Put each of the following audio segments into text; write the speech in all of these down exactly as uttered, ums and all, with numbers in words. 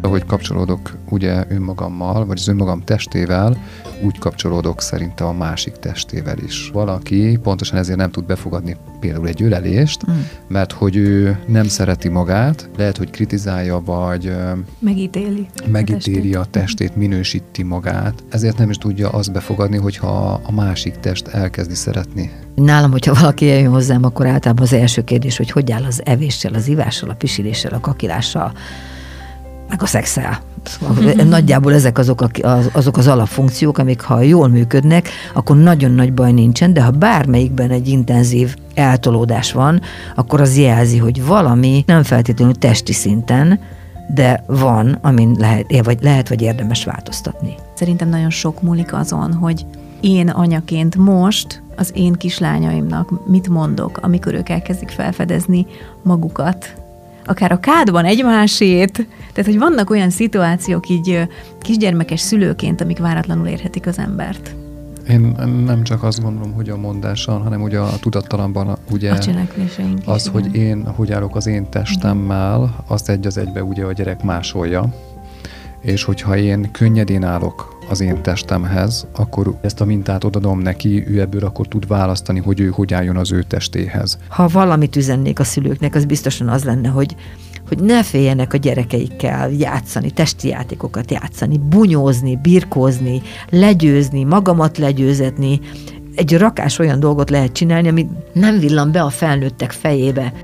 Ahogy kapcsolódok ugye önmagammal, vagy az önmagam testével, úgy kapcsolódok szerintem a másik testével is. Valaki pontosan ezért nem tud befogadni például egy ölelést, mm. mert hogy ő nem szereti magát, lehet, hogy kritizálja, vagy megítéli, megítéli a testét, minősíti magát, ezért nem is tudja azt befogadni, hogyha a másik test elkezdi szeretni. Nálam, hogyha valaki eljön hozzám, akkor általában az első kérdés, hogy hogy áll az evéssel, az ivással, a pisiléssel, a kakilással, meg a szexel. Nagyjából ezek azok, azok az alapfunkciók, amik ha jól működnek, akkor nagyon nagy baj nincsen, de ha bármelyikben egy intenzív eltolódás van, akkor az jelzi, hogy valami nem feltétlenül testi szinten, de van, amin lehet vagy, lehet, vagy érdemes változtatni. Szerintem nagyon sok múlik azon, hogy én anyaként most az én kislányaimnak mit mondok, amikor ők elkezdik felfedezni magukat, akár a kádban egymásét, tehát, hogy vannak olyan szituációk így kisgyermekes szülőként, amik váratlanul érhetik az embert. Én nem csak azt gondolom, hogy a mondáson, hanem ugye a tudattalamban ugye a cselekvéseink az, is, hogy igen. én hogy állok az én testemmel, azt egy az egybe ugye a gyerek másolja, és hogyha én könnyedén állok az én testemhez, akkor ezt a mintát odadom neki, ő ebből akkor tud választani, hogy ő hogy álljon az ő testéhez. Ha valamit üzennék a szülőknek, az biztosan az lenne, hogy, hogy ne féljenek a gyerekeikkel játszani, testi játékokat játszani, bunyózni, birkózni, legyőzni, magamat legyőzetni. Egy rakás olyan dolgot lehet csinálni, ami nem villan be a felnőttek fejébe.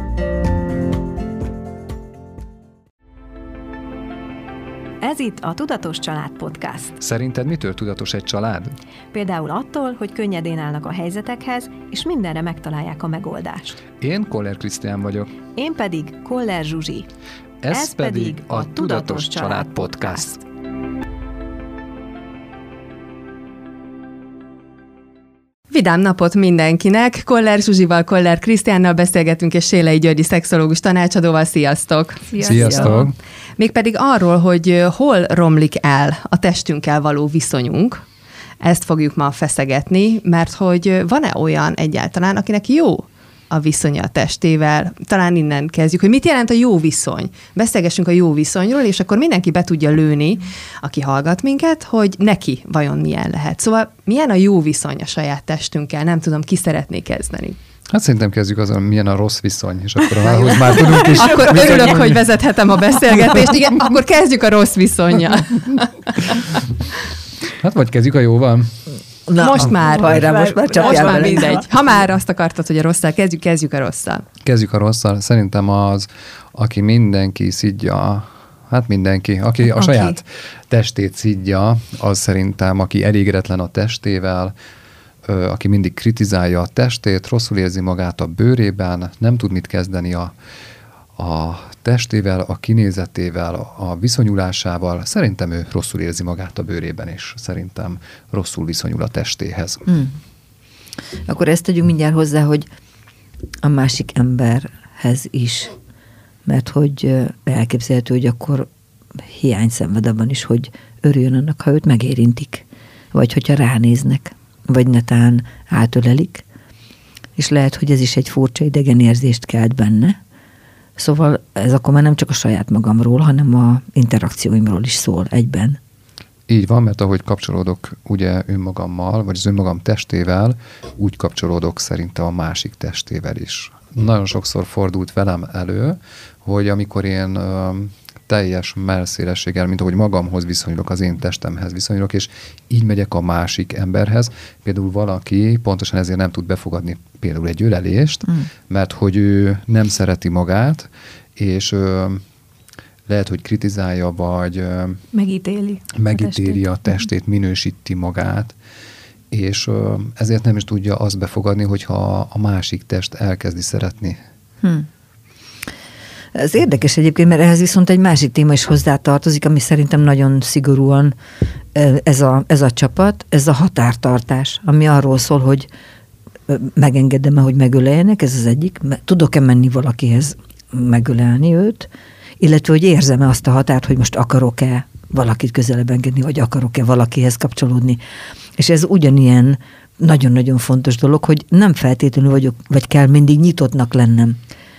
Ez itt a Tudatos Család Podcast. Szerinted mitől tudatos egy család? Például attól, hogy könnyedén állnak a helyzetekhez, és mindenre megtalálják a megoldást. Én Koller Krisztián vagyok. Én pedig Koller Zsuzsi. Ez, Ez pedig a Tudatos Család Podcast. Vidám napot mindenkinek! Koller Zsuzsival, Koller Krisztiánnal beszélgetünk, és Sélei Györgyi szexológus tanácsadóval. Sziasztok! Sziasztok! Sziasztok. Mégpedig arról, hogy hol romlik el a testünkkel való viszonyunk, ezt fogjuk ma feszegetni, mert hogy van-e olyan egyáltalán, akinek jó a viszonya a testével? Talán innen kezdjük, hogy mit jelent a jó viszony. Beszélgessünk a jó viszonyról, és akkor mindenki be tudja lőni, aki hallgat minket, hogy neki vajon milyen lehet. Szóval milyen a jó viszony a saját testünkkel? Nem tudom, ki szeretné kezdeni. Hát szerintem kezdjük azon, milyen a rossz viszony, és akkor ahhoz már tudunk is. Akkor örülök, hogy vezethetem a beszélgetést. Igen, akkor kezdjük a rossz viszonnyal. Hát vagy kezdjük a jóval. Na, most már. Hajrá, most már csak most már mindegy. Ha már azt akartad, hogy a rosszal kezdjük, kezdjük a rosszal. Kezdjük a rosszal. Szerintem az, aki mindenki szidja, hát mindenki, aki a aki. saját testét szidja, az szerintem, aki elégedetlen a testével, aki mindig kritizálja a testét, rosszul érzi magát a bőrében, nem tud mit kezdeni a, a testével, a kinézetével, a viszonyulásával. Szerintem ő rosszul érzi magát a bőrében, és szerintem rosszul viszonyul a testéhez. Hmm. Akkor ezt tegyünk mindjárt hozzá, hogy a másik emberhez is, mert hogy elképzelhető, hogy akkor hiány szenved abban is, hogy örüljön annak, ha őt megérintik, vagy hogyha ránéznek, vagy netán átölelik, és lehet, hogy ez is egy furcsa idegen érzést kelt benne. Szóval ez akkor már nem csak a saját magamról, hanem a interakcióimról is szól egyben. Így van, mert ahogy kapcsolódok ugye önmagammal, vagy az önmagam testével, úgy kapcsolódok szerintem a másik testével is. Nagyon sokszor fordult velem elő, hogy amikor én ö, teljes mellszélességgel, mint ahogy magamhoz viszonyulok, az én testemhez viszonyulok, és így megyek a másik emberhez. Például valaki pontosan ezért nem tud befogadni például egy ölelést, mm. mert hogy ő nem szereti magát, és ö, lehet, hogy kritizálja, vagy ö, megítéli, megítéli a testét, a testét minősíti magát, és ö, ezért nem is tudja azt befogadni, hogyha a másik test elkezdi szeretni. Hm. Ez érdekes egyébként, mert ehhez viszont egy másik téma is hozzátartozik, ami szerintem nagyon szigorúan ez a, ez a csapat, ez a határtartás, ami arról szól, hogy megengedem-e, hogy megöleljenek, ez az egyik, tudok-e menni valakihez megölelni őt, illetve, hogy érzem-e azt a határt, hogy most akarok-e valakit közelebb engedni, vagy akarok-e valakihez kapcsolódni. És ez ugyanilyen nagyon-nagyon fontos dolog, hogy nem feltétlenül vagyok, vagy kell mindig nyitottnak lennem,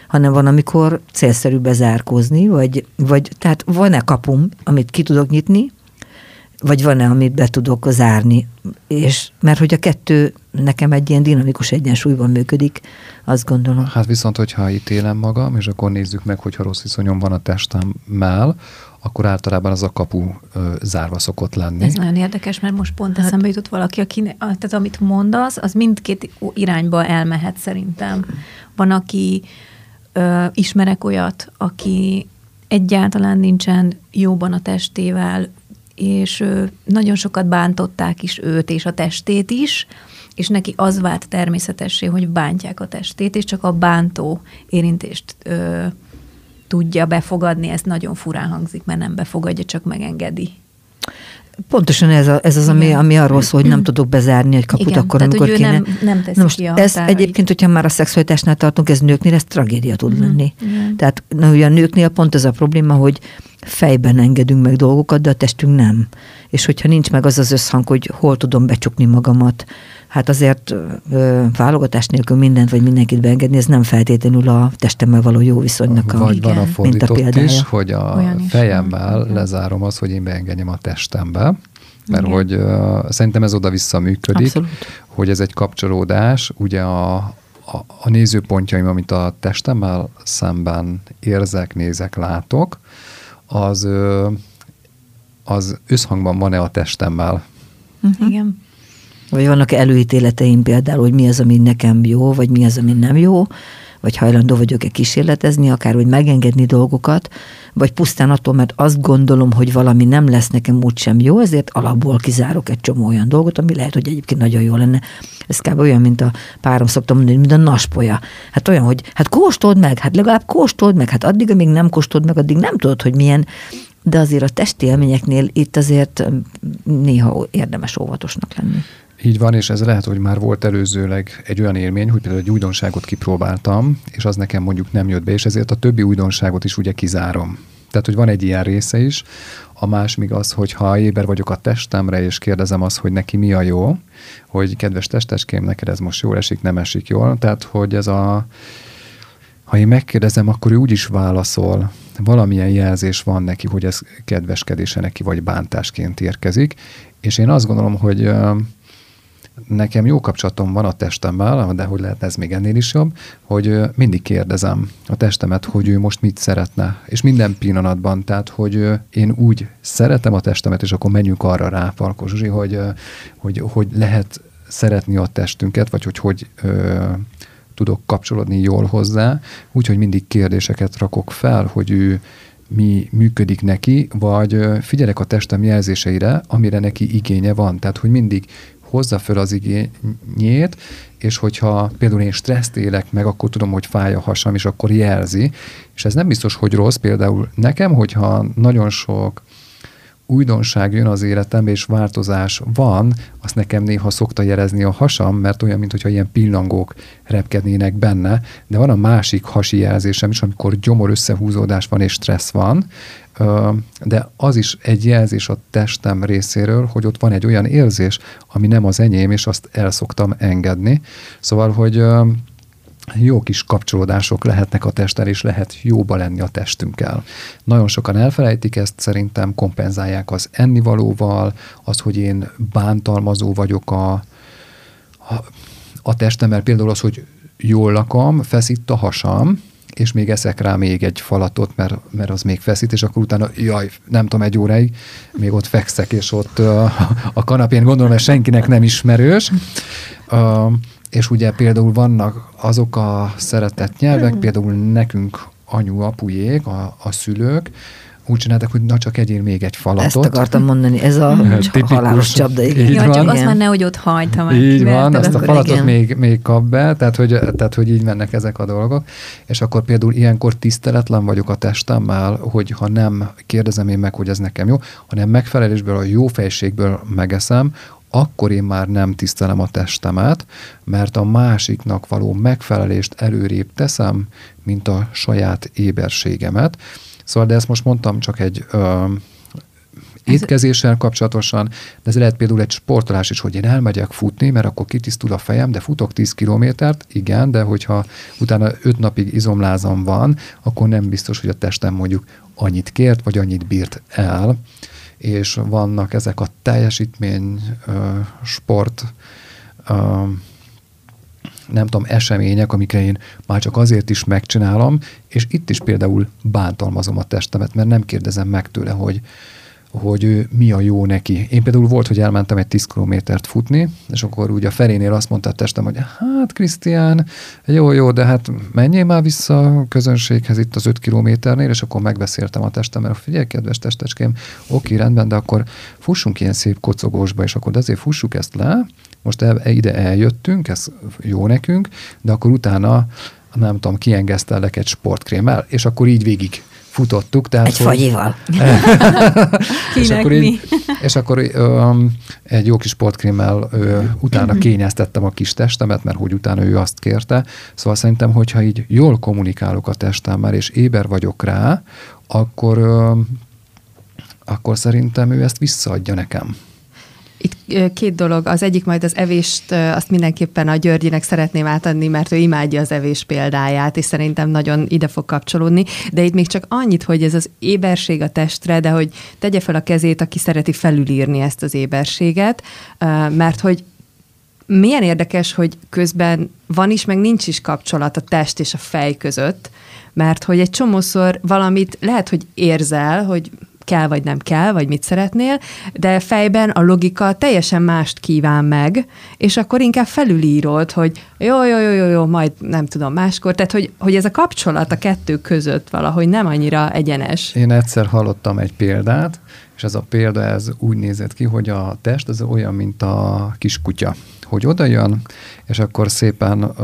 hanem van, amikor célszerű bezárkózni, vagy, vagy tehát van-e kapum, amit ki tudok nyitni, vagy van-e, amit be tudok zárni. És, mert hogy a kettő nekem egy ilyen dinamikus egyensúlyban működik, azt gondolom. Hát viszont, hogyha ítélem magam, és akkor nézzük meg, hogyha rossz viszonyom van a testemmel, akkor általában az a kapu ö, zárva szokott lenni. Ez nagyon érdekes, mert most pont eszembe jutott valaki, aki, tehát amit mondasz, az mindkét irányba elmehet szerintem. Van, aki ö, ismerek olyat, aki egyáltalán nincsen jóban a testével, és ö, nagyon sokat bántották is őt és a testét is, és neki az vált természetessé, hogy bántják a testét, és csak a bántó érintést ö, tudja befogadni, ez nagyon furán hangzik, mert nem befogadja, csak megengedi. Pontosan ez, a, ez az, ami, ami arról szól, hogy nem tudok bezárni egy kaput. Igen, akkor, tehát, amikor kéne. Nem, nem teszi most ki a ez határait. egyébként, hogyha már a szexualitásnál tartunk, ez nőknél, ez tragédia tud Mhm, lenni. igen. Tehát na, ugye a nőknél pont ez a probléma, hogy fejben engedünk meg dolgokat, de a testünk nem. És hogyha nincs meg az az összhang, hogy hol tudom becsukni magamat, hát azért ö, válogatás nélkül mindent vagy mindenkit beengedni, ez nem feltétlenül a testemmel való jó viszonynak a, Vagy van a igen, fordított példája. is, hogy a Olyan is fejemmel van, igen. lezárom azt, hogy én beengedjem a testembe, mert Igen. hogy uh, szerintem ez oda-vissza működik, Abszolút. hogy ez egy kapcsolódás, ugye a, a, a nézőpontjaim, amit a testemmel szemben érzek, nézek, látok, az, ö, az összhangban van-e a testemmel. Igen. Vagy vannak előítéleteim például, hogy mi az, ami nekem jó, vagy mi az, ami nem jó, vagy hajlandó vagyok-e kísérletezni, akár hogy megengedni dolgokat, vagy pusztán attól, mert azt gondolom, hogy valami nem lesz nekem úgysem jó, ezért alapból kizárok egy csomó olyan dolgot, ami lehet, hogy egyébként nagyon jó lenne. Ez kb. Olyan, mint a párom szoktam mondani, mint a naspolya. Hát olyan, hogy hát kóstold meg, hát legalább kóstold meg, hát addig, amíg nem kóstold meg, addig nem tudod, hogy milyen, de azért a testi élményeknél itt azért néha érdemes óvatosnak lenni. Így van, és ez lehet, hogy már volt előzőleg egy olyan élmény, hogy például egy újdonságot kipróbáltam, és az nekem mondjuk nem jött be, és ezért a többi újdonságot is ugye kizárom. Tehát, hogy van egy ilyen része is. A más még az, hogy ha éber vagyok a testemre, és kérdezem azt, hogy neki mi a jó, hogy kedves testeském, neked ez most jól esik, nem esik jól. Tehát, hogy ez a... Ha én megkérdezem, akkor ő úgy is válaszol. Valamilyen jelzés van neki, hogy ez kedveskedése neki, vagy bántásként érkezik. És én azt gondolom, hogy nekem jó kapcsolatom van a testemmel, de hogy lehet ez még ennél is jobb, hogy mindig kérdezem a testemet, hogy ő most mit szeretne. És minden pillanatban, tehát, hogy én úgy szeretem a testemet, és akkor menjünk arra rá, Falko Zsuzsi, hogy, hogy, hogy lehet szeretni a testünket, vagy hogy hogy ö, tudok kapcsolódni jól hozzá, úgyhogy mindig kérdéseket rakok fel, hogy ő mi működik neki, vagy figyelek a testem jelzéseire, amire neki igénye van. Tehát, hogy mindig hozza föl az igényét, és hogyha például én stresszt élek meg, akkor tudom, hogy fáj a hasam, és akkor jelzi. És ez nem biztos, hogy rossz. Például nekem, hogyha nagyon sok újdonság jön az életembe, és változás van, azt nekem néha szokta jelezni a hasam, mert olyan, mintha ilyen pillangók repkednének benne, de van a másik hasi jelzésem is, amikor gyomor összehúzódás van, és stressz van, de az is egy jelzés a testem részéről, hogy ott van egy olyan érzés, ami nem az enyém, és azt el szoktam engedni. Szóval, hogy jó kis kapcsolódások lehetnek a testtel, és lehet jóba lenni a testünkkel. Nagyon sokan elfelejtik ezt, szerintem kompenzálják az ennivalóval, az, hogy én bántalmazó vagyok a, a, a testemmel, például az, hogy jól lakom, feszít a hasam, és még eszek rá még egy falatot, mert, mert az még feszít, és akkor utána, jaj, nem tudom, egy óráig még ott fekszek, és ott uh, a kanapén, gondolom, ez senkinek nem ismerős. Uh, és ugye például vannak azok a szeretett nyelvek, például nekünk anyu, apujék, a, a szülők, úgy csináltak, hogy na csak egyél még egy falatot. Ezt akartam mondani, ez a Tipikus, halálos csapda. Igen. Ja, csak van. azt már nehogy ott hagyd, ha már Így van, kiverted, azt a akkor falatot igen. még, még kap be, tehát hogy, tehát hogy így mennek ezek a dolgok. És akkor például ilyenkor tiszteletlen vagyok a testemmel, hogy ha nem kérdezem én meg, hogy ez nekem jó, hanem megfelelésből, a jó fejségből megeszem, akkor én már nem tisztelem a testemet, mert a másiknak való megfelelést előrébb teszem, mint a saját éberségemet. Szóval, de ezt most mondtam csak egy ö, étkezéssel kapcsolatosan, de ez lehet például egy sportolás is, hogy én elmegyek futni, mert akkor kitisztul a fejem, de futok tíz kilométert, igen, de hogyha utána öt napig izomlázam van, akkor nem biztos, hogy a testem mondjuk annyit kért, vagy annyit bírt el, és vannak ezek a teljesítmény sport nem tudom, események, amikre én már csak azért is megcsinálom, és itt is például bántalmazom a testemet, mert nem kérdezem meg tőle, hogy, hogy mi a jó neki. Én például volt, hogy elmentem egy tíz kilométert futni, és akkor ugye a felénél azt mondta a testem, hogy hát Krisztián, jó, jó, de hát menjél már vissza a közönséghez itt az öt kilométernél, és akkor megbeszéltem a testemmel, figyelj, kedves testecském, oké, rendben, de akkor fussunk ilyen szép kocogósba, és akkor azért fussuk ezt le, most el, ide eljöttünk, ez jó nekünk, de akkor utána, nem tudom, kiengesztellek egy sportkrémmel, és akkor így végig futottuk. Tehát, egy fagyival. és, akkor így, és akkor um, egy jó kis sportkrémmel uh, utána kényeztettem a kis testemet, mert hogy utána ő azt kérte. Szóval szerintem, hogyha így jól kommunikálok a testemmel, és éber vagyok rá, akkor, uh, akkor szerintem ő ezt visszaadja nekem. Itt két dolog. Az egyik majd az evést, azt mindenképpen a Györgyinek szeretném átadni, mert ő imádja az evés példáját, és szerintem nagyon ide fog kapcsolódni. De itt még csak annyit, hogy ez az éberség a testre, de hogy tegye fel a kezét, aki szereti felülírni ezt az éberséget, mert hogy milyen érdekes, hogy közben van is, meg nincs is kapcsolat a test és a fej között, mert hogy egy csomószor valamit lehet, hogy érzel, hogy kell vagy nem kell, vagy mit szeretnél, de fejben a logika teljesen mást kíván meg, és akkor inkább felülírod, hogy jó, jó, jó, jó, jó, majd nem tudom máskor, tehát hogy, hogy ez a kapcsolat a kettő között valahogy nem annyira egyenes. Én egyszer hallottam egy példát, és ez a példa ez úgy nézett ki, hogy a test az olyan, mint a kiskutya, hogy oda jön, és akkor szépen uh,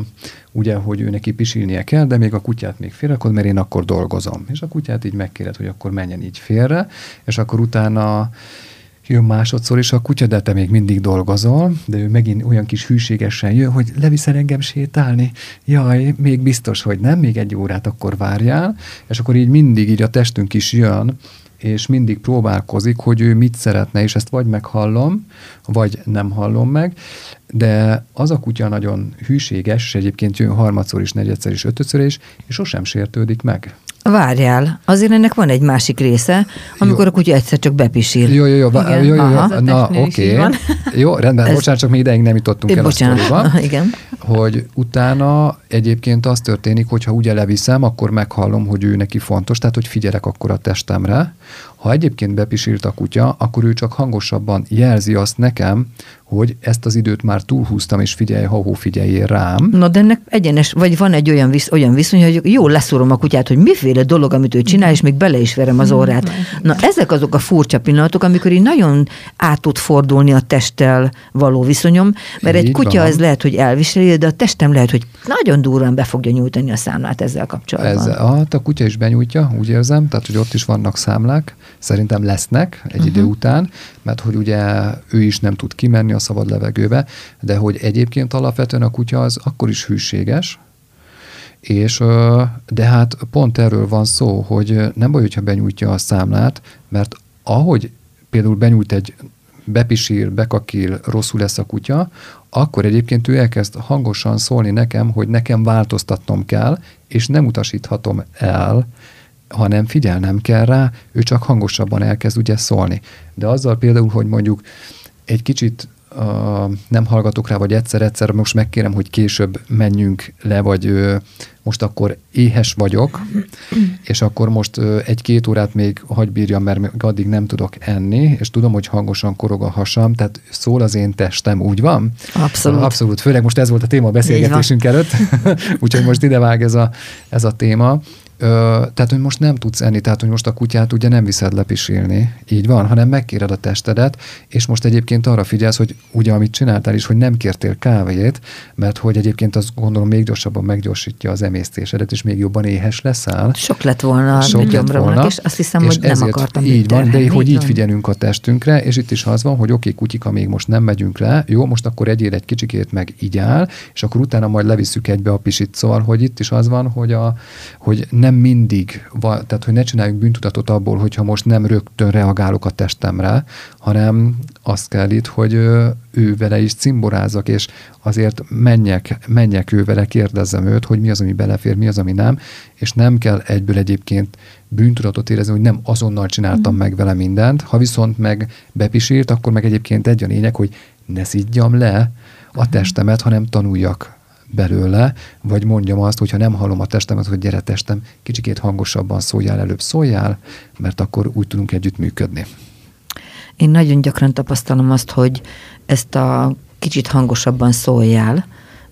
ugye, hogy ő neki pisilnie kell, de még a kutyát még félrakod, mert én akkor dolgozom. És a kutyát így megkéred, hogy akkor menjen így félre, és akkor utána jön másodszor is a kutya, de te még mindig dolgozol, de ő megint olyan kis hűségesen jön, hogy leviszel engem sétálni. Jaj, még biztos, hogy nem, még egy órát akkor várjál, és akkor így mindig így a testünk is jön, és mindig próbálkozik, hogy ő mit szeretne, és ezt vagy meghallom, vagy nem hallom meg, de az a kutya nagyon hűséges, és egyébként jön harmadszor is, negyedszer is, ötödször is, és sosem sértődik meg. Várjál, azért ennek van egy másik része, amikor jó. A kutya egyszer csak bepisil. Jó, jó, jó, jó, jó, jó. Na, oké. Okay. Jó, rendben, ez... bocsánat, csak még ideig nem jutottunk el bocsánat. A sztoriba. Igen. Hogy utána egyébként az történik, hogyha ugye leviszem, akkor meghallom, hogy ő neki fontos, tehát hogy figyelek akkor a testemre. Ha egyébként bepisilt a kutya, akkor ő csak hangosabban jelzi azt nekem, hogy ezt az időt már túlhúztam, és figyelj, ha-hó, figyeljél rám. Na, de ennek egyenes, vagy van egy olyan, visz, olyan viszony, hogy jól leszúrom a kutyát, hogy miféle dolog, amit ő csinál, és még bele is verem az orrát. Na, ezek azok a furcsa pillanatok, amikor így nagyon át tud fordulni a testtel való viszonyom, mert így egy kutya van. Ez lehet, hogy elviseli, de a testem lehet, hogy nagyon durván be fogja nyújtani a számlát ezzel kapcsolatban. Ez, hát a kutya is benyújtja, úgy érzem, tehát hogy ott is vannak számlák, szerintem lesznek egy uh-huh. idő után, mert hogy ugye ő is nem tud kimenni a szabad levegőbe, de hogy egyébként alapvetően a kutya az akkor is hűséges, és de hát pont erről van szó, hogy nem baj, hogyha benyújtja a számlát, mert ahogy például benyújt egy bepisír, bekakil, rosszul lesz a kutya, akkor egyébként ő elkezd hangosan szólni nekem, hogy nekem változtatnom kell, és nem utasíthatom el, hanem figyelnem kell rá, ő csak hangosabban elkezd ugye szólni. De azzal például, hogy mondjuk egy kicsit uh, nem hallgatok rá, vagy egyszer-egyszer most megkérem, hogy később menjünk le, vagy uh, most akkor éhes vagyok, és akkor most uh, egy-két órát még hagy bírjam, mert addig nem tudok enni, és tudom, hogy hangosan korog a hasam, tehát szól az én testem, úgy van? Abszolút. Uh, abszolút, főleg most ez volt a téma a beszélgetésünk előtt, úgyhogy most idevág ez a, ez a téma. Ö, tehát, hogy most nem tudsz enni, tehát, hogy most a kutyát ugye nem viszed lepisilni, így van, hanem megkéred a testedet, és most egyébként arra figyelsz, hogy ugye, amit csináltál is, hogy nem kértél kávét, mert hogy egyébként azt gondolom még gyorsabban meggyorsítja az emésztésedet, és még jobban éhes leszel. Sok lett volna Sok a lett gyomromnak, volna, és azt hiszem, és hogy nem akartam így van, de hogy így van. figyelünk a testünkre, és itt is az van, hogy oké, okay, kutyika, még most nem megyünk le, jó, most akkor egyél egy kicsikét, meg igyál, és akkor utána majd levisszük egybe a pisit. Szóval, hogy itt is az van, hogy, a, hogy nem mindig, van, tehát hogy ne csináljunk bűntudatot abból, hogyha most nem rögtön reagálok a testemre, hanem azt kell itt, hogy ő vele is cimborázzak, és azért menjek, menjek ő vele, kérdezzem őt, hogy mi az, ami belefér, mi az, ami nem, és nem kell egyből egyébként bűntudatot érezni, hogy nem azonnal csináltam mm. meg vele mindent, ha viszont meg bepisírt, akkor meg egyébként egy a lényeg, hogy ne szidjam le a testemet, hanem tanuljak belőle, vagy mondjam azt, hogyha nem hallom a testemet, hogy gyere testem, kicsikét hangosabban szóljál, előbb szóljál, mert akkor úgy tudunk együtt működni. Én nagyon gyakran tapasztalom azt, hogy ezt a kicsit hangosabban szóljál,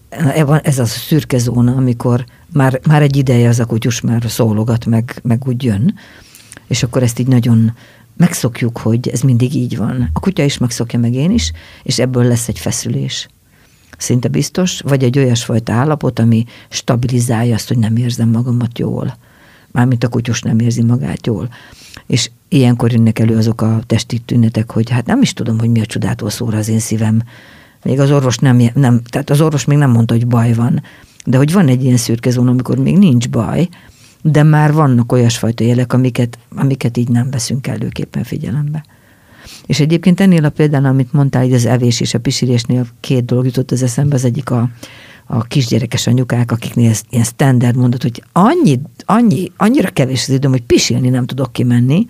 ez az a szürke zóna, amikor már, már egy ideje az a kutyus már szólogat, meg, meg úgy jön, és akkor ezt így nagyon megszokjuk, hogy ez mindig így van. A kutya is megszokja, meg én is, és ebből lesz egy feszülés. Szinte biztos, vagy egy olyasfajta állapot, ami stabilizálja azt, hogy nem érzem magamat jól. Mármint a kutyus nem érzi magát jól. És ilyenkor jönnek elő azok a testi tünetek, hogy hát nem is tudom, hogy mi a csodától szól az én szívem. Még az orvos nem, nem, tehát az orvos még nem mondta, hogy baj van, de hogy van egy ilyen szürke zóna, amikor még nincs baj, de már vannak olyasfajta jelek, amiket, amiket így nem veszünk előképpen figyelembe. És egyébként ennél a példán, amit mondtál, hogy az evés és a pisírésnél két dolog jutott az eszembe, az egyik a, a kisgyerekes anyukák, akiknél ez ilyen standard mondat, hogy annyi, annyi, annyira kevés az időm, hogy pisilni nem tudok kimenni,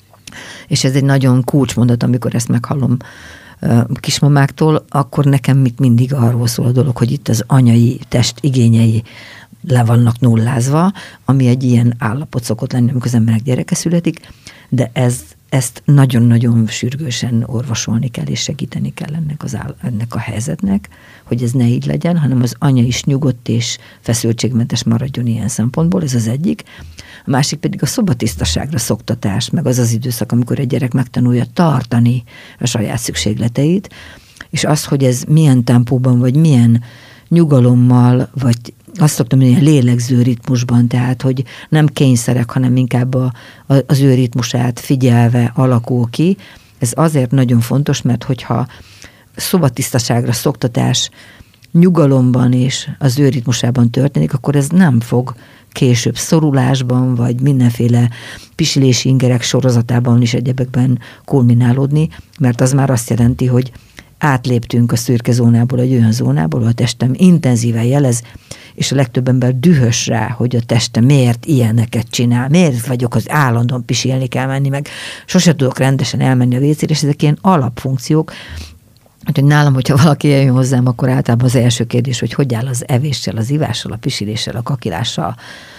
és ez egy nagyon kulcsmondat, amikor ezt meghallom kismamáktól, akkor nekem mit mindig arról szól a dolog, hogy itt az anyai test igényei le vannak nullázva, ami egy ilyen állapot szokott lenni, amikor az emberek gyereke születik, de ez, ezt nagyon-nagyon sürgősen orvosolni kell, és segíteni kell ennek, az áll, ennek a helyzetnek, hogy ez ne így legyen, hanem az anya is nyugodt és feszültségmentes maradjon ilyen szempontból, ez az egyik. A másik pedig a szobatisztaságra szoktatás, meg az az időszak, amikor egy gyerek megtanulja tartani a saját szükségleteit, és az, hogy ez milyen tempóban, vagy milyen nyugalommal, vagy azt szoktam mondani, a lélegző ritmusban, tehát, hogy nem kényszerek, hanem inkább a, a, az ő ritmusát figyelve alakul ki. Ez azért nagyon fontos, mert hogyha szobatisztaságra szoktatás nyugalomban és az ő ritmusában történik, akkor ez nem fog később szorulásban, vagy mindenféle pisilési ingerek sorozatában is egyebekben kulminálódni, mert az már azt jelenti, hogy átléptünk a szürke zónából egy olyan zónából, ahol a testem intenzíven jelez, és a legtöbb ember dühös rá, hogy a testem miért ilyeneket csinál, miért vagyok az állandóan pisilni kell menni, meg sose tudok rendesen elmenni a vécére, és ezek ilyen alapfunkciók. Úgyhogy nálam, hogyha valaki eljön hozzám, akkor általában az első kérdés, hogy hogy áll az evéssel, az ivással, a pisiléssel, a kakilással,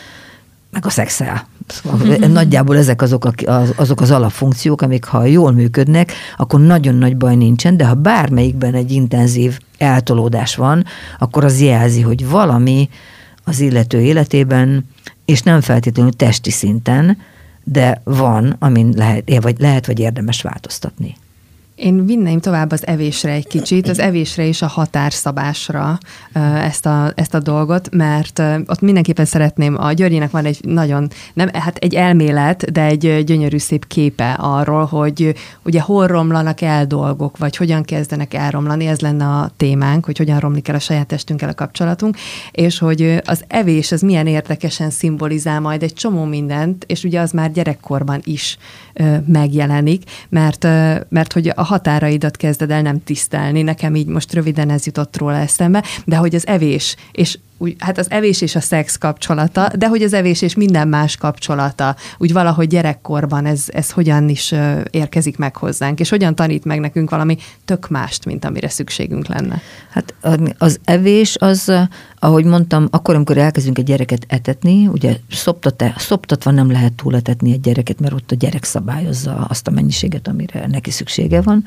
meg a szexel. Szóval nagyjából ezek azok, az, azok az alapfunkciók, amik ha jól működnek, akkor nagyon nagy baj nincsen, de ha bármelyikben egy intenzív eltolódás van, akkor az jelzi, hogy valami az illető életében, és nem feltétlenül testi szinten, de van, amin lehet, vagy, lehet, vagy érdemes változtatni. Én vinném tovább az evésre egy kicsit, az evésre és a határszabásra ezt a, ezt a dolgot, mert ott mindenképpen szeretném, a Györgyének van egy nagyon, nem, hát egy elmélet, de egy gyönyörű szép képe arról, hogy ugye hol romlanak el dolgok, vagy hogyan kezdenek elromlani, ez lenne a témánk, hogy hogyan romlik el a saját testünkkel a kapcsolatunk, és hogy az evés az milyen érdekesen szimbolizál majd egy csomó mindent, és ugye az már gyerekkorban is megjelenik, mert, mert hogy a határaidat kezded el nem tisztelni. Nekem így most röviden ez jutott róla eszembe, de hogy az evés, és úgy, hát az evés és a szex kapcsolata, de hogy az evés és minden más kapcsolata, úgy valahogy gyerekkorban ez, ez hogyan is érkezik meg hozzánk, és hogyan tanít meg nekünk valami tök mást, mint amire szükségünk lenne. Hát az evés az, ahogy mondtam, akkor, amikor elkezdünk egy gyereket etetni, ugye szoptatva, szoptatva nem lehet túletetni egy gyereket, mert ott a gyerek szabályozza azt a mennyiséget, amire neki szüksége van.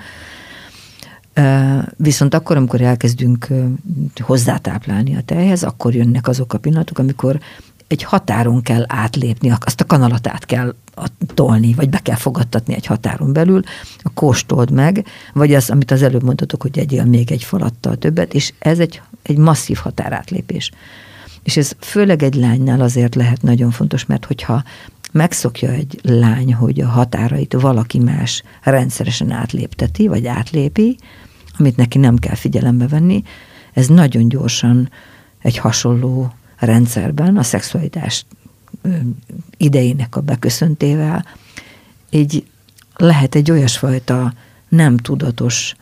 Viszont akkor, amikor elkezdünk hozzátáplálni a tejhez, akkor jönnek azok a pillanatok, amikor egy határon kell átlépni, azt a kanalat át kell tolni, vagy be kell fogadtatni egy határon belül, a kóstold meg, vagy az, amit az előbb mondtatok, hogy egyél még egy falattal többet, és ez egy, egy masszív határátlépés. És ez főleg egy lánynál azért lehet nagyon fontos, mert hogyha megszokja egy lány, hogy a határait valaki más rendszeresen átlépteti, vagy átlépi, amit neki nem kell figyelembe venni, ez nagyon gyorsan egy hasonló rendszerben, a szexualitás idejének a beköszöntével, így lehet egy olyasfajta nem tudatos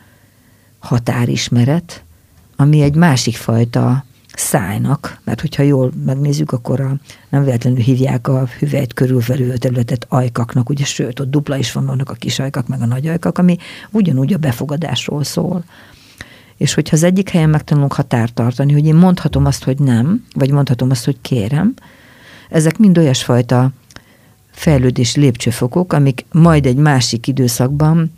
határismeret, ami egy másik fajta szájnak, mert hogyha jól megnézzük, akkor a, nem véletlenül hívják a hüvelyt körülfelül területet ajkaknak, ugye, sőt, ott dupla is van, vannak a kis ajkak, meg a nagy ajkak, ami ugyanúgy a befogadásról szól. És hogyha az egyik helyen megtanulunk határt tartani, hogy én mondhatom azt, hogy nem, vagy mondhatom azt, hogy kérem, ezek mind olyasfajta fejlődési lépcsőfokok, amik majd egy másik időszakban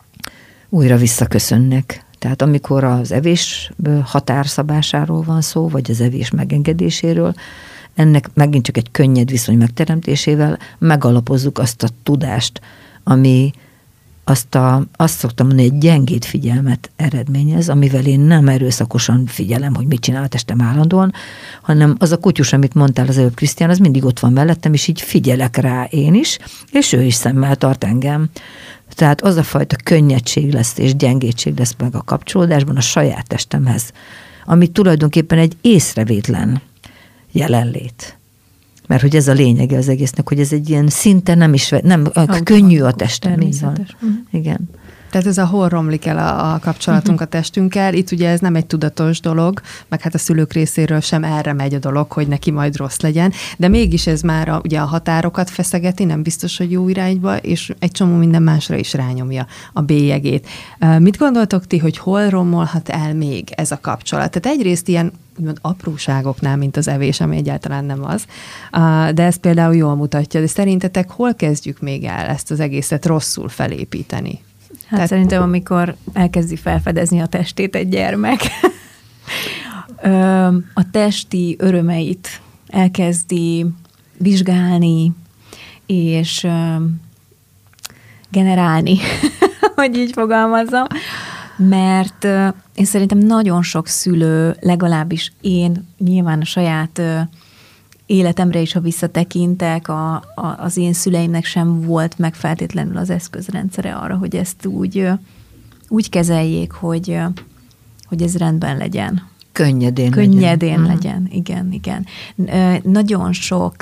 újra visszaköszönnek. Tehát amikor az evés határszabásáról van szó, vagy az evés megengedéséről, ennek megint csak egy könnyed viszony megteremtésével megalapozzuk azt a tudást, ami azt, a, azt szoktam mondani, egy gyengéd figyelmet eredményez, amivel én nem erőszakosan figyelem, hogy mit csinál a testem állandóan, hanem az a kutyus, amit mondtál az előbb, Krisztián, az mindig ott van mellettem, és így figyelek rá én is, és ő is szemmel tart engem. Tehát az a fajta könnyedség lesz, és gyengédség lesz meg a kapcsolódásban a saját testemhez, ami tulajdonképpen egy észrevétlen jelenlét. Mert hogy ez a lényege az egésznek, hogy ez egy ilyen szinte nem is, nem, könnyű a testem. Így van. Igen. Tehát ez a hol romlik el a, a kapcsolatunk uh-huh. a testünkkel. Itt ugye ez nem egy tudatos dolog, meg hát a szülők részéről sem erre megy a dolog, hogy neki majd rossz legyen, de mégis ez már a, ugye a határokat feszegeti, nem biztos, hogy jó irányba, és egy csomó minden másra is rányomja a bélyegét. Mit gondoltok ti, hogy hol romolhat el még ez a kapcsolat? Tehát egyrészt ilyen úgymond apróságoknál, mint az evés, ami egyáltalán nem az, de ez például jól mutatja. De szerintetek hol kezdjük még el ezt az egészet rosszul felépíteni? Hát Tehát szerintem, amikor elkezdi felfedezni a testét egy gyermek, a testi örömeit elkezdi vizsgálni, és generálni, hogy így fogalmazzam, mert én szerintem nagyon sok szülő, legalábbis én nyilván a saját életemre is, ha visszatekintek, a, a, az én szüleimnek sem volt meg feltétlenül az eszközrendszere arra, hogy ezt úgy, úgy kezeljék, hogy, hogy ez rendben legyen. Könnyedén, Könnyedén legyen. legyen. Igen, igen. Nagyon sok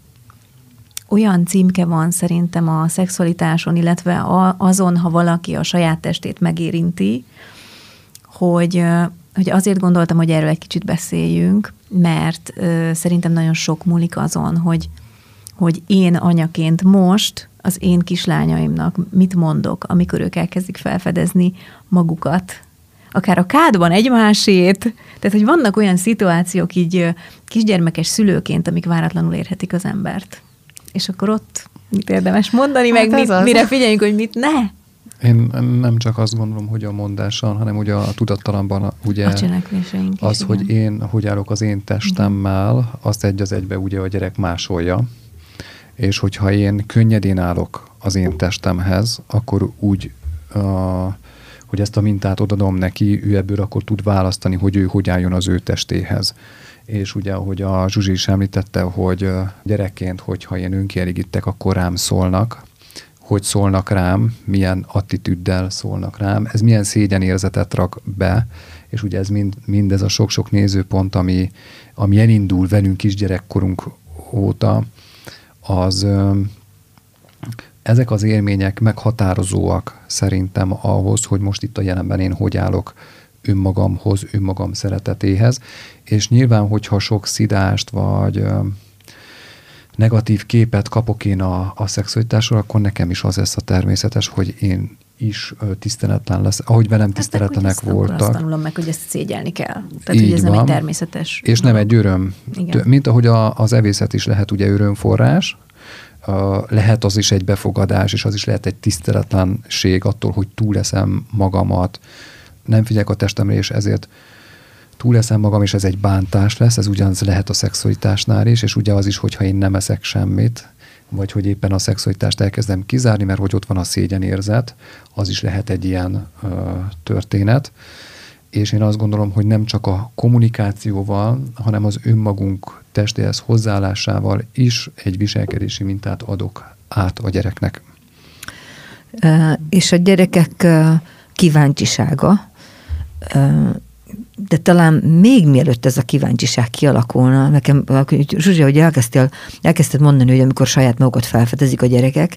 olyan címke van szerintem a szexualitáson, illetve azon, ha valaki a saját testét megérinti, hogy, hogy azért gondoltam, hogy erről egy kicsit beszéljünk, mert ö, szerintem nagyon sok múlik azon, hogy, hogy én anyaként most az én kislányaimnak mit mondok, amikor ők elkezdik felfedezni magukat, akár a kádban egymásét, tehát hogy vannak olyan szituációk így kisgyermekes szülőként, amik váratlanul érhetik az embert. És akkor ott mit érdemes mondani, hát meg mit, mire figyeljünk, hogy mit ne. Én nem csak azt gondolom, hogy a mondással, hanem ugye a tudattalamban ugye a cselekvéseink az, is, hogy igen. én hogy állok az én testemmel, azt egy az egybe ugye a gyerek másolja, és hogyha én könnyedén állok az én testemhez, akkor úgy, uh, hogy ezt a mintát odadom neki, ő ebből akkor tud választani, hogy ő hogy álljon az ő testéhez. És ugye, ahogy a Zsuzsi is említette, hogy gyerekként, hogyha én önkielégítek, akkor rám szólnak, hogy szólnak rám, milyen attitűddel szólnak rám, ez milyen szégyenérzetet rak be, és ugye ez mind, mindez a sok-sok nézőpont, ami, ami elindul velünk kisgyerekkorunk óta, az ezek az élmények meghatározóak szerintem ahhoz, hogy most itt a jelenben én hogy állok önmagamhoz, önmagam szeretetéhez, és nyilván, hogyha sok szidást vagy negatív képet kapok én a, a szexualitásról, akkor nekem is az lesz a természetes, hogy én is tiszteletlen lesz, ahogy velem tiszteletlenek hát, voltak. Azt tanulom meg, hogy ezt szégyelni kell. Tehát, így hogy ez van. nem egy természetes. És nem egy öröm. Igen. Mint ahogy a, az evészet is lehet ugye örömforrás, lehet az is egy befogadás, és az is lehet egy tiszteletlenség attól, hogy túleszem magamat, nem figyelek a testemre, és ezért túleszem magam, és ez egy bántás lesz, ez ugyanaz lehet a szexualitásnál is, és ugye az is, hogyha én nem eszek semmit, vagy hogy éppen a szexualitást elkezdem kizárni, mert hogy ott van a szégyenérzet, az is lehet egy ilyen ö, történet. és én azt gondolom, hogy nem csak a kommunikációval, hanem az önmagunk testéhez hozzáállásával is egy viselkedési mintát adok át a gyereknek. És a gyerekek kíváncsisága, de talán még mielőtt ez a kíváncsiság kialakulna, nekem, Zsuzsi, hogy elkezdtél, elkezdted mondani, hogy amikor saját magukat felfedezik a gyerekek,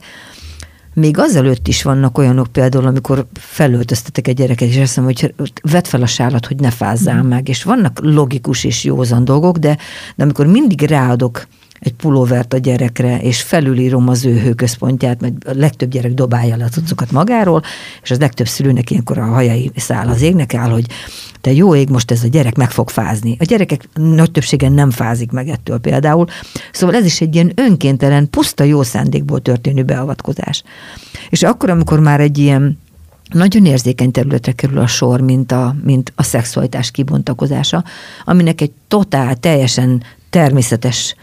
még azelőtt is vannak olyanok például, amikor felöltöztetek egy gyereket, és azt mondom, hogy vedd fel a sálat, hogy ne fázzál meg, és vannak logikus és józan dolgok, de, de amikor mindig ráadok egy pulóvert a gyerekre, és felülírom az ő hőközpontját, mert a legtöbb gyerek dobálja le a cuccokat magáról, és az legtöbb szülőnek ilyenkor a hajai száll az égnek áll, hogy te jó ég, most ez a gyerek meg fog fázni. A gyerekek nagy többségen nem fázik meg ettől például. Szóval ez is egy ilyen önkéntelen, puszta jó szándékból történő beavatkozás. És akkor, amikor már egy ilyen nagyon érzékeny területre kerül a sor, mint a, mint a szexualitás kibontakozása, aminek egy totál, teljesen természetes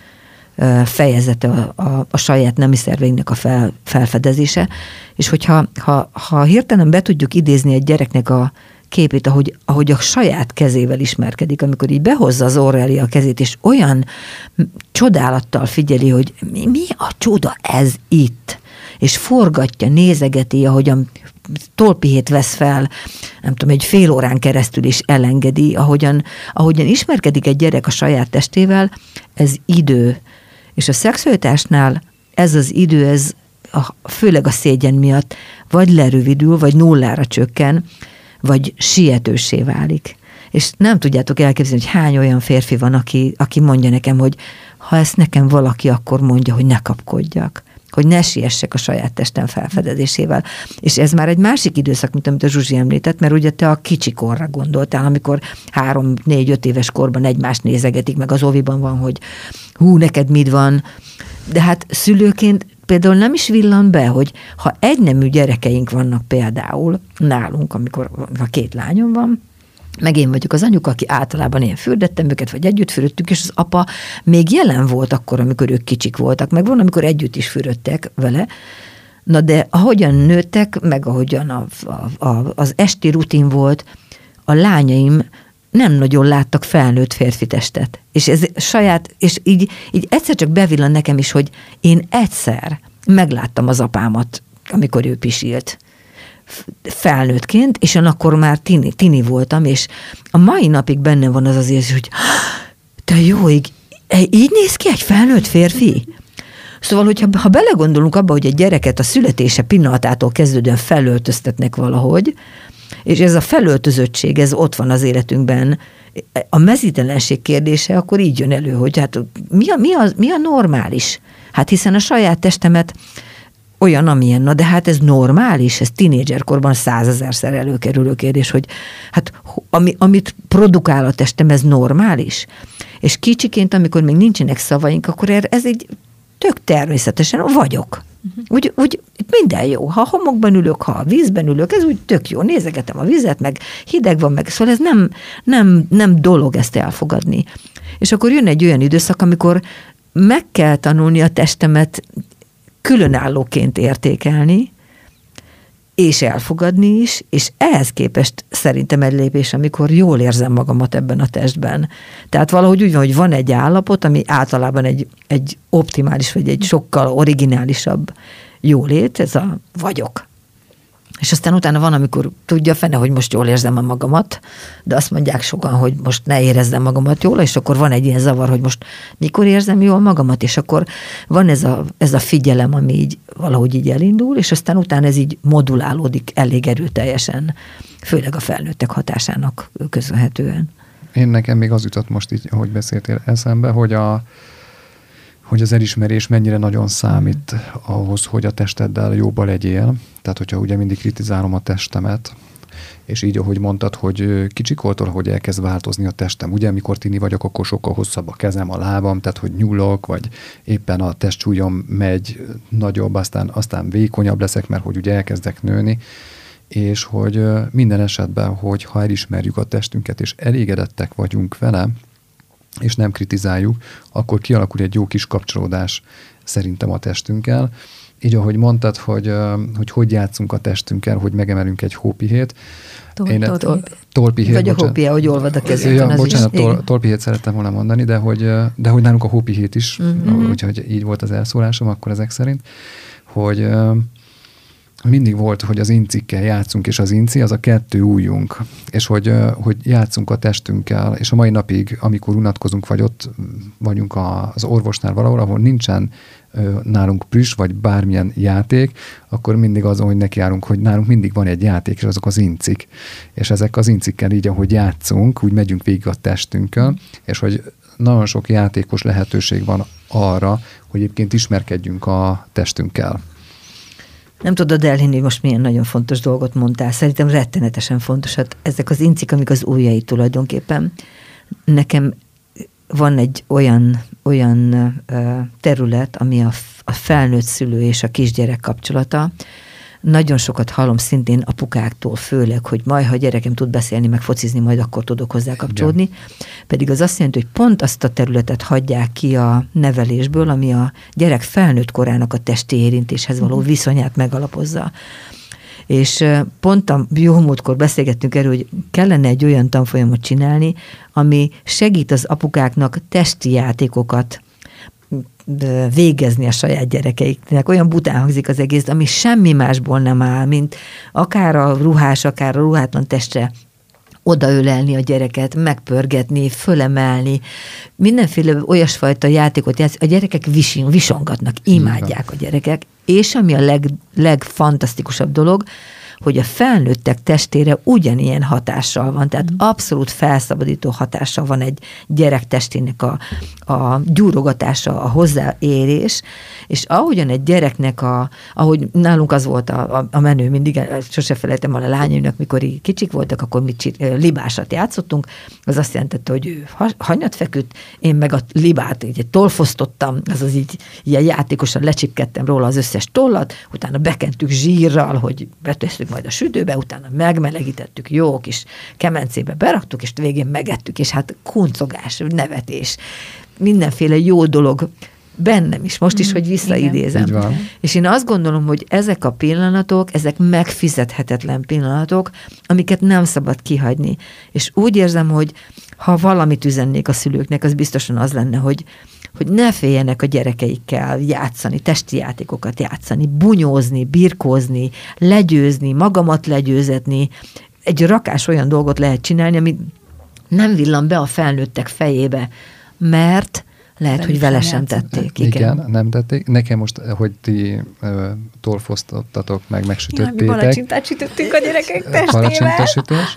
fejezete a, a, a saját nemi szerveinknek a fel, felfedezése, és hogyha ha, ha hirtelen be tudjuk idézni egy gyereknek a képét, ahogy, ahogy a saját kezével ismerkedik, amikor így behozza az orra elé a kezét, és olyan csodálattal figyeli, hogy mi, mi a csoda ez itt, és forgatja, nézegeti, ahogyan tolpihét vesz fel, nem tudom, egy fél órán keresztül is elengedi, ahogyan, ahogyan ismerkedik egy gyerek a saját testével, ez idő. És a szexualitásnál ez az idő, ez a, főleg a szégyen miatt vagy lerövidül, vagy nullára csökken, vagy sietőssé válik. És nem tudjátok elképzelni, hogy hány olyan férfi van, aki, aki mondja nekem, hogy ha ezt nekem valaki, akkor mondja, hogy ne kapkodjak, hogy ne siessek a saját testem felfedezésével. És ez már egy másik időszak, mint amit a Zsuzsi említett, mert ugye te a kicsikorra gondoltál, amikor három, négy, öt éves korban egymást nézegetik, meg az óviban van, hogy hú, neked mit van. De hát szülőként például nem is villan be, hogy ha egynemű gyerekeink vannak például nálunk, amikor a két lányom van, meg én vagyok az anyuka, aki általában én fürdettem őket, vagy együtt fürödtünk, és az apa még jelen volt akkor, amikor ők kicsik voltak, meg van, amikor együtt is fürödtek vele. Na de ahogyan nőttek, meg ahogyan a, a, a, az esti rutin volt, a lányaim nem nagyon láttak felnőtt férfi testet. És ez saját, és így, így egyszer csak bevillan nekem is, hogy én egyszer megláttam az apámat, amikor ő pisilt felnőttként, és én akkor már tini, tini voltam, és a mai napig benne van az az érzés, hogy te jó ég, így néz ki egy felnőtt férfi? Szóval, hogyha ha belegondolunk abba, hogy egy gyereket a születése pillanatától kezdődően felöltöztetnek valahogy, és ez a felöltözöttség, ez ott van az életünkben, a mezítelenség kérdése akkor így jön elő, hogy hát mi a, mi a, mi a normális? Hát hiszen a saját testemet olyan, amilyen, na de hát ez normális, ez tínédzserkorban százezerszer előkerülő kérdés, hogy hát ami, amit produkál a testem, ez normális. És kicsiként, amikor még nincsenek szavaink, akkor ez egy tök természetesen vagyok. Uh-huh. Úgy, úgy minden jó. Ha a homokban ülök, ha a vízben ülök, ez úgy tök jó. Nézegetem a vizet, meg hideg van, meg szóval ez nem, nem, nem dolog ezt elfogadni. És akkor jön egy olyan időszak, amikor meg kell tanulni a testemet különállóként értékelni, és elfogadni is, és ehhez képest szerintem egy lépés, amikor jól érzem magamat ebben a testben. Tehát valahogy úgy van, hogy van egy állapot, ami általában egy, egy optimális, vagy egy sokkal originálisabb jólét, ez a vagyok. És aztán utána van, amikor tudja fene, hogy most jól érzem a magamat, de azt mondják sokan, hogy most ne érezzem magamat jól, és akkor van egy ilyen zavar, hogy most mikor érzem jól magamat, és akkor van ez a, ez a figyelem, ami így valahogy így elindul, és aztán utána ez így modulálódik elég erőteljesen, főleg a felnőttek hatásának köszönhetően. Én nekem még az jutott most így, ahogy beszéltél eszembe, hogy a hogy az elismerés mennyire nagyon számít ahhoz, hogy a testeddel jobban legyél. Tehát, hogyha ugye mindig kritizálom a testemet, és így, ahogy mondtad, hogy kicsikortól, hogy elkezd változni a testem. Ugye, amikor tini vagyok, akkor sokkal hosszabb a kezem, a lábam, tehát, hogy nyúlok, vagy éppen a testsúlyom megy nagyobb, aztán, aztán vékonyabb leszek, mert hogy ugye elkezdek nőni, és hogy minden esetben, hogy ha elismerjük a testünket, és elégedettek vagyunk vele, és nem kritizáljuk, akkor kialakul egy jó kis kapcsolódás szerintem a testünkkel, így ahogy mondtad, hogy, hogy hogy játszunk a testünkkel, hogy megemelünk egy hópihét. Tolpihét. Vagy a hópia, hogy olvad a kezében. Ja, bocsánat, tol, tolpihét szerettem volna mondani, de hogy, de hogy nálunk a hópihét is, uh-huh. úgyhogy így volt az elszólásom akkor ezek szerint, hogy mindig volt, hogy az incikkel játszunk, és az inci az a kettő ujjunk, és hogy, hogy játszunk a testünkkel, és a mai napig, amikor unatkozunk, vagy ott vagyunk az orvosnál valahol, ahol nincsen nálunk plüss, vagy bármilyen játék, akkor mindig azon, hogy nekiállunk, hogy nálunk mindig van egy játék, és azok az incik. És ezek az incikkel így, ahogy játszunk, úgy megyünk végig a testünkkel, és hogy nagyon sok játékos lehetőség van arra, hogy egyébként ismerkedjünk a testünkkel. Nem tudod elhinni, hogy most milyen nagyon fontos dolgot mondtál. Szerintem rettenetesen fontos. Hát ezek az incik, amik az ujjai tulajdonképpen. Nekem van egy olyan, olyan terület, ami a, a felnőtt szülő és a kisgyerek kapcsolata. Nagyon sokat hallom szintén apukáktól, főleg, hogy majd, ha a gyerekem tud beszélni, meg focizni, majd akkor tudok hozzá kapcsolódni. Igen. Pedig az azt jelenti, hogy pont azt a területet hagyják ki a nevelésből, ami a gyerek felnőtt korának a testi érintéshez való viszonyát megalapozza. És pont a jó múltkor beszélgettünk erről, hogy kellene egy olyan tanfolyamot csinálni, ami segít az apukáknak testi játékokat végezni a saját gyerekeiknek. Olyan bután hangzik az egész, ami semmi másból nem áll, mint akár a ruhás, akár a ruhátlan testre odaölelni a gyereket, megpörgetni, fölemelni, mindenféle olyasfajta játékot játsz, a gyerekek vising, visongatnak, imádják a gyerekek, és ami a leg, legfantasztikusabb dolog, hogy a felnőttek testére ugyanilyen hatással van, tehát abszolút felszabadító hatással van egy gyerek testének a, a gyúrogatása, a hozzáérés, és ahogyan egy gyereknek a, ahogy nálunk az volt a, a, a menő, mindig, sose felejtem el a lányainak, mikor így kicsik voltak, akkor mi libásat játszottunk, az azt jelentette, hogy ő hanyat feküdt, én meg a libát így tolfosztottam, azaz így ilyen játékosan lecsipkedtem róla az összes tollat, utána bekentük zsírral, hogy betesztük majd a sütőbe, utána megmelegítettük, jó kis kemencébe beraktuk, és végén megettük, és hát kuncogás, nevetés, mindenféle jó dolog bennem is, most is, hogy visszaidézem. És én azt gondolom, hogy ezek a pillanatok, ezek megfizethetetlen pillanatok, amiket nem szabad kihagyni. És úgy érzem, hogy ha valamit üzennék a szülőknek, az biztosan az lenne, hogy hogy ne féljenek a gyerekeikkel játszani, testi játékokat játszani, bunyózni, birkózni, legyőzni, magamat legyőzetni. Egy rakás olyan dolgot lehet csinálni, ami nem villan be a felnőttek fejébe, mert lehet, hogy vele sem tették. Igen. igen, nem tették. Nekem most, hogy ti uh, tolfosztottatok, meg megsütöttétek. Ja, mi palacsintát sütöttünk a gyerekek testével. Palacsintasütés.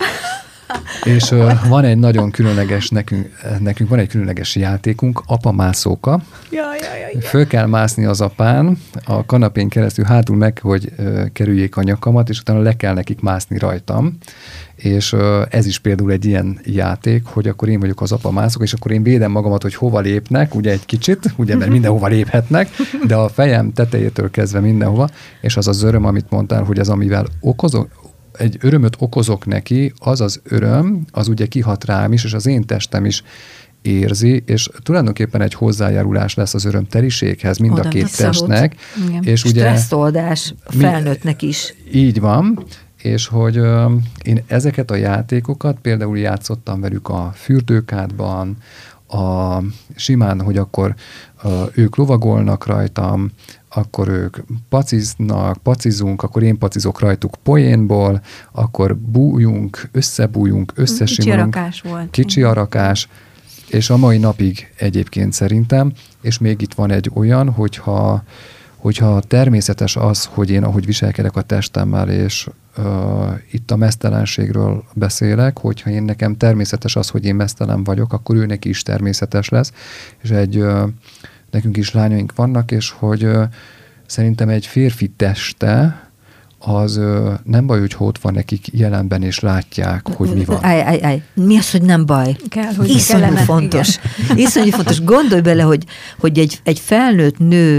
És uh, van egy nagyon különleges, nekünk, nekünk van egy különleges játékunk, apamászóka. Ja, ja, ja, ja. Föl kell mászni az apán, a kanapén keresztül hátul meg, hogy uh, kerüljék a nyakamat, és utána le kell nekik mászni rajtam. És uh, ez is például egy ilyen játék, hogy akkor én vagyok az apamászok, és akkor én védem magamat, hogy hova lépnek, ugye egy kicsit, ugye, mert mindenhova léphetnek, de a fejem tetejétől kezdve mindenhova, és az az öröm, amit mondtál, hogy az, amivel okozok, egy örömöt okozok neki, az az öröm, az ugye kihat rám is, és az én testem is érzi, és tulajdonképpen egy hozzájárulás lesz az örömteriséghez mind Oda, a két testnek. És ugye stresszoldás felnőttnek is. Így van, és hogy ö, én ezeket a játékokat például játszottam velük a fürdőkádban, a simán, hogy akkor ö, ők lovagolnak rajtam, akkor ők paciznak, pacizunk, akkor én pacizok rajtuk poénból, akkor bújunk, összebújunk, összesimulunk. Kicsi arakás volt. Kicsi arakás, és a mai napig egyébként szerintem, és még itt van egy olyan, hogyha, hogyha természetes az, hogy én ahogy viselkedek a testemmel, és uh, itt a meztelenségről beszélek, hogyha én nekem természetes az, hogy én meztelen vagyok, akkor ő neki is természetes lesz, és egy uh, nekünk is lányaink vannak, és hogy ö, szerintem egy férfi teste az ö, nem baj, hogy ott van nekik jelenben, és látják, hogy mi van. Állj, állj, állj. Mi az, hogy nem baj? Kell, hogy Iszonyú kellene. fontos. Iszonyú fontos. Gondolj bele, hogy, hogy egy, egy felnőtt nő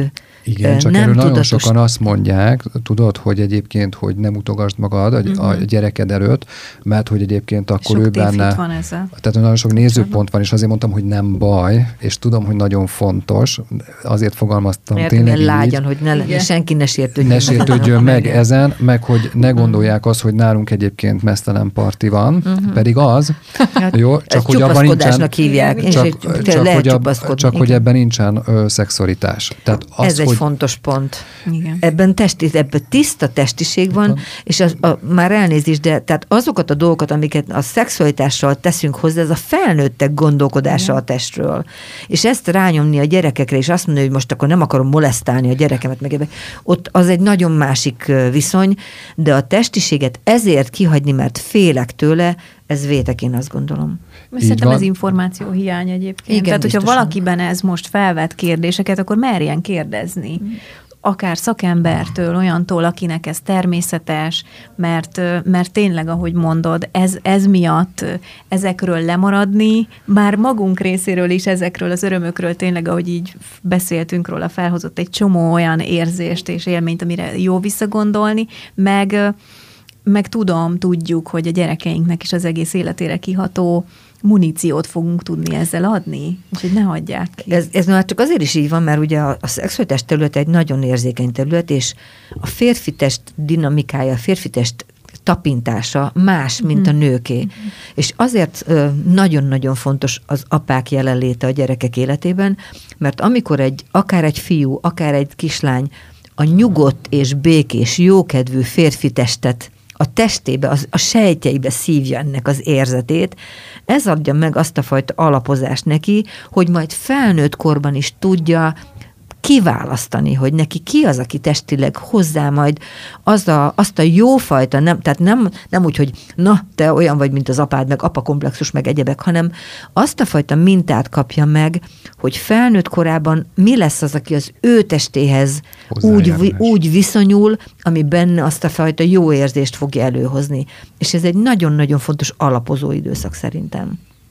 Igen, csak nem erről nagyon tudatos... sokan azt mondják, tudod, hogy egyébként, hogy nem utasd magad a, uh-huh. a gyereked előtt, mert hogy egyébként akkor sok ő benne... van ezzel. Tehát nagyon sok nézőpont van, és azért mondtam, hogy nem baj, és tudom, hogy nagyon fontos, azért fogalmaztam mert tényleg így. Lágyan, hogy ne, ne, senki ne sértődjön, ne sértődjön meg, meg ezen, meg hogy ne gondolják azt, hogy nálunk egyébként mesztelen parti van, uh-huh. pedig az, hát, jó, csak hogy abban nincsen... hívják. Csak, csak, csak, hogy, ab, csak hogy ebben nincsen ö, szexualitás. Tehát az, Ez egy hogy... fontos pont. Igen. Ebben, testi, ebben tiszta testiség van, van. és az, a, már elnézést, de tehát azokat a dolgokat, amiket a szexualitással teszünk hozzá, ez a felnőttek gondolkodása igen. a testről. És ezt rányomni a gyerekekre, és azt mondani, hogy most akkor nem akarom molesztálni a gyerekemet, meg ebbe. Ott az egy nagyon másik viszony, de a testiséget ezért kihagyni, mert félek tőle, ez vétek, én azt gondolom. Szerintem ez információ hiány egyébként. Igen, tehát, hogyha biztosan. Valakiben ez most felvet kérdéseket, akkor merjen kérdezni. Mm. Akár szakembertől, olyantól, akinek ez természetes, mert, mert tényleg, ahogy mondod, ez, ez miatt ezekről lemaradni, bár magunk részéről is ezekről az örömökről tényleg, ahogy így beszéltünk róla, felhozott egy csomó olyan érzést és élményt, amire jó visszagondolni, meg, meg tudom, tudjuk, hogy a gyerekeinknek is az egész életére kiható muníciót fogunk tudni ezzel adni, úgyhogy ne hagyják ki. Ez, ez már csak azért is így van, mert ugye a, a szexualitás terület egy nagyon érzékeny terület, és a férfi test dinamikája, a férfi test tapintása más, mint a nőké. Mm. És azért ö, nagyon-nagyon fontos az apák jelenléte a gyerekek életében, mert amikor egy, akár egy fiú, akár egy kislány a nyugodt és békés, jókedvű férfi testet a testébe, az, a sejtjeibe szívja ennek az érzetét, ez adja meg azt a fajta alapozást neki, hogy majd felnőtt korban is tudja kiválasztani, hogy neki ki az, aki testileg hozzá majd az a, azt a jófajta, nem, tehát nem, nem úgy, hogy na, te olyan vagy, mint az apád, meg apakomplexus, meg egyebek, hanem azt a fajta mintát kapja meg, hogy felnőtt korában mi lesz az, aki az ő testéhez úgy, úgy viszonyul, ami benne azt a fajta jó érzést fogja előhozni. És ez egy nagyon-nagyon fontos alapozó időszak szerintem.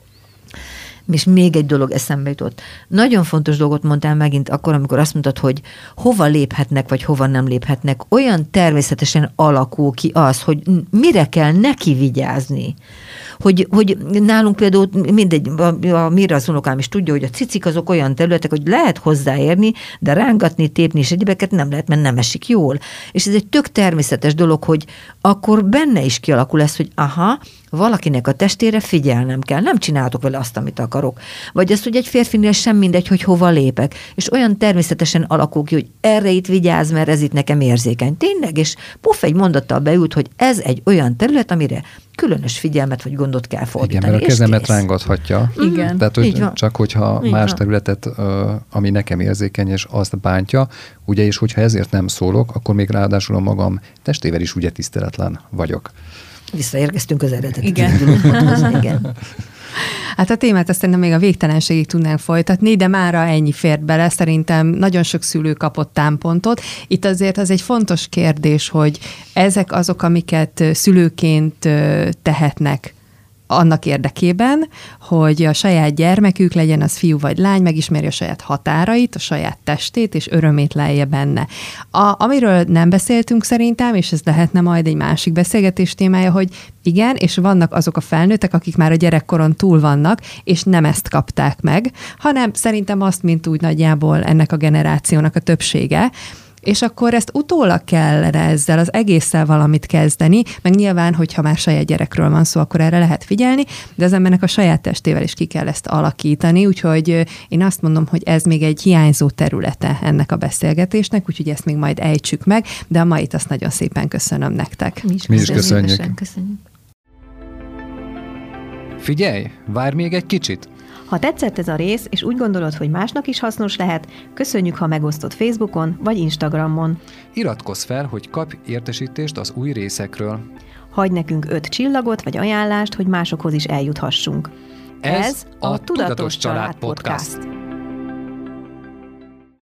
És még egy dolog eszembe jutott. Nagyon fontos dolgot mondtál megint akkor, amikor azt mondtad, hogy hova léphetnek, vagy hova nem léphetnek. Olyan természetesen alakul ki az, hogy mire kell neki vigyázni. Hogy, hogy nálunk például mindegy, a, a mire az unokám is tudja, hogy a cicik azok olyan területek, hogy lehet hozzáérni, de rángatni, tépni és egyébeket nem lehet, mert nem esik jól. És ez egy tök természetes dolog, hogy akkor benne is kialakul ez, hogy aha, valakinek a testére figyelnem kell, nem csináltok vele azt, amit akarok. Vagy azt, hogy egy férfinél sem mindegy, hogy hova lépek. És olyan természetesen alakul ki, hogy erre itt vigyázz, mert ez itt nekem érzékeny. Tényleg, és puff, egy mondattal beült, hogy ez egy olyan terület, amire különös figyelmet vagy gondot kell fordítani. Igen, mert a kezemet rángathatja. Igen. Tehát, hogy csak hogyha így más van. Területet, ami nekem érzékeny, és azt bántja, ugye, és hogyha ezért nem szólok, akkor még ráadásul a magam testével is ugye tiszteletlen vagyok. Visszaérkeztünk az eredeti. Igen. Igen. Hát a témát azt szerintem még a végtelenségig tudnánk folytatni, de mára ennyi fért bele. Szerintem nagyon sok szülő kapott támpontot. Itt azért az egy fontos kérdés, hogy ezek azok, amiket szülőként tehetnek annak érdekében, hogy a saját gyermekük, legyen az fiú vagy lány, megismerje a saját határait, a saját testét, és örömét lelje benne. A, amiről nem beszéltünk szerintem, és ez lehetne majd egy másik beszélgetés témája, hogy igen, és vannak azok a felnőttek, akik már a gyerekkoron túl vannak, és nem ezt kapták meg, hanem szerintem azt, mint úgy nagyjából ennek a generációnak a többsége, és akkor ezt utólag kellene ezzel az egésszel valamit kezdeni, meg nyilván, hogyha már saját gyerekről van szó, akkor erre lehet figyelni, de az embernek a saját testével is ki kell ezt alakítani, úgyhogy én azt mondom, hogy ez még egy hiányzó területe ennek a beszélgetésnek, úgyhogy ezt még majd ejtsük meg, de a mait azt nagyon szépen köszönöm nektek. Mi is, Mi is köszönjük. köszönjük. Figyelj, várj még egy kicsit! Ha tetszett ez a rész, és úgy gondolod, hogy másnak is hasznos lehet, köszönjük, ha megosztod Facebookon vagy Instagramon. Iratkozz fel, hogy kapj értesítést az új részekről. Hagyj nekünk öt csillagot vagy ajánlást, hogy másokhoz is eljuthassunk. Ez, Ez a Tudatos Család Podcast.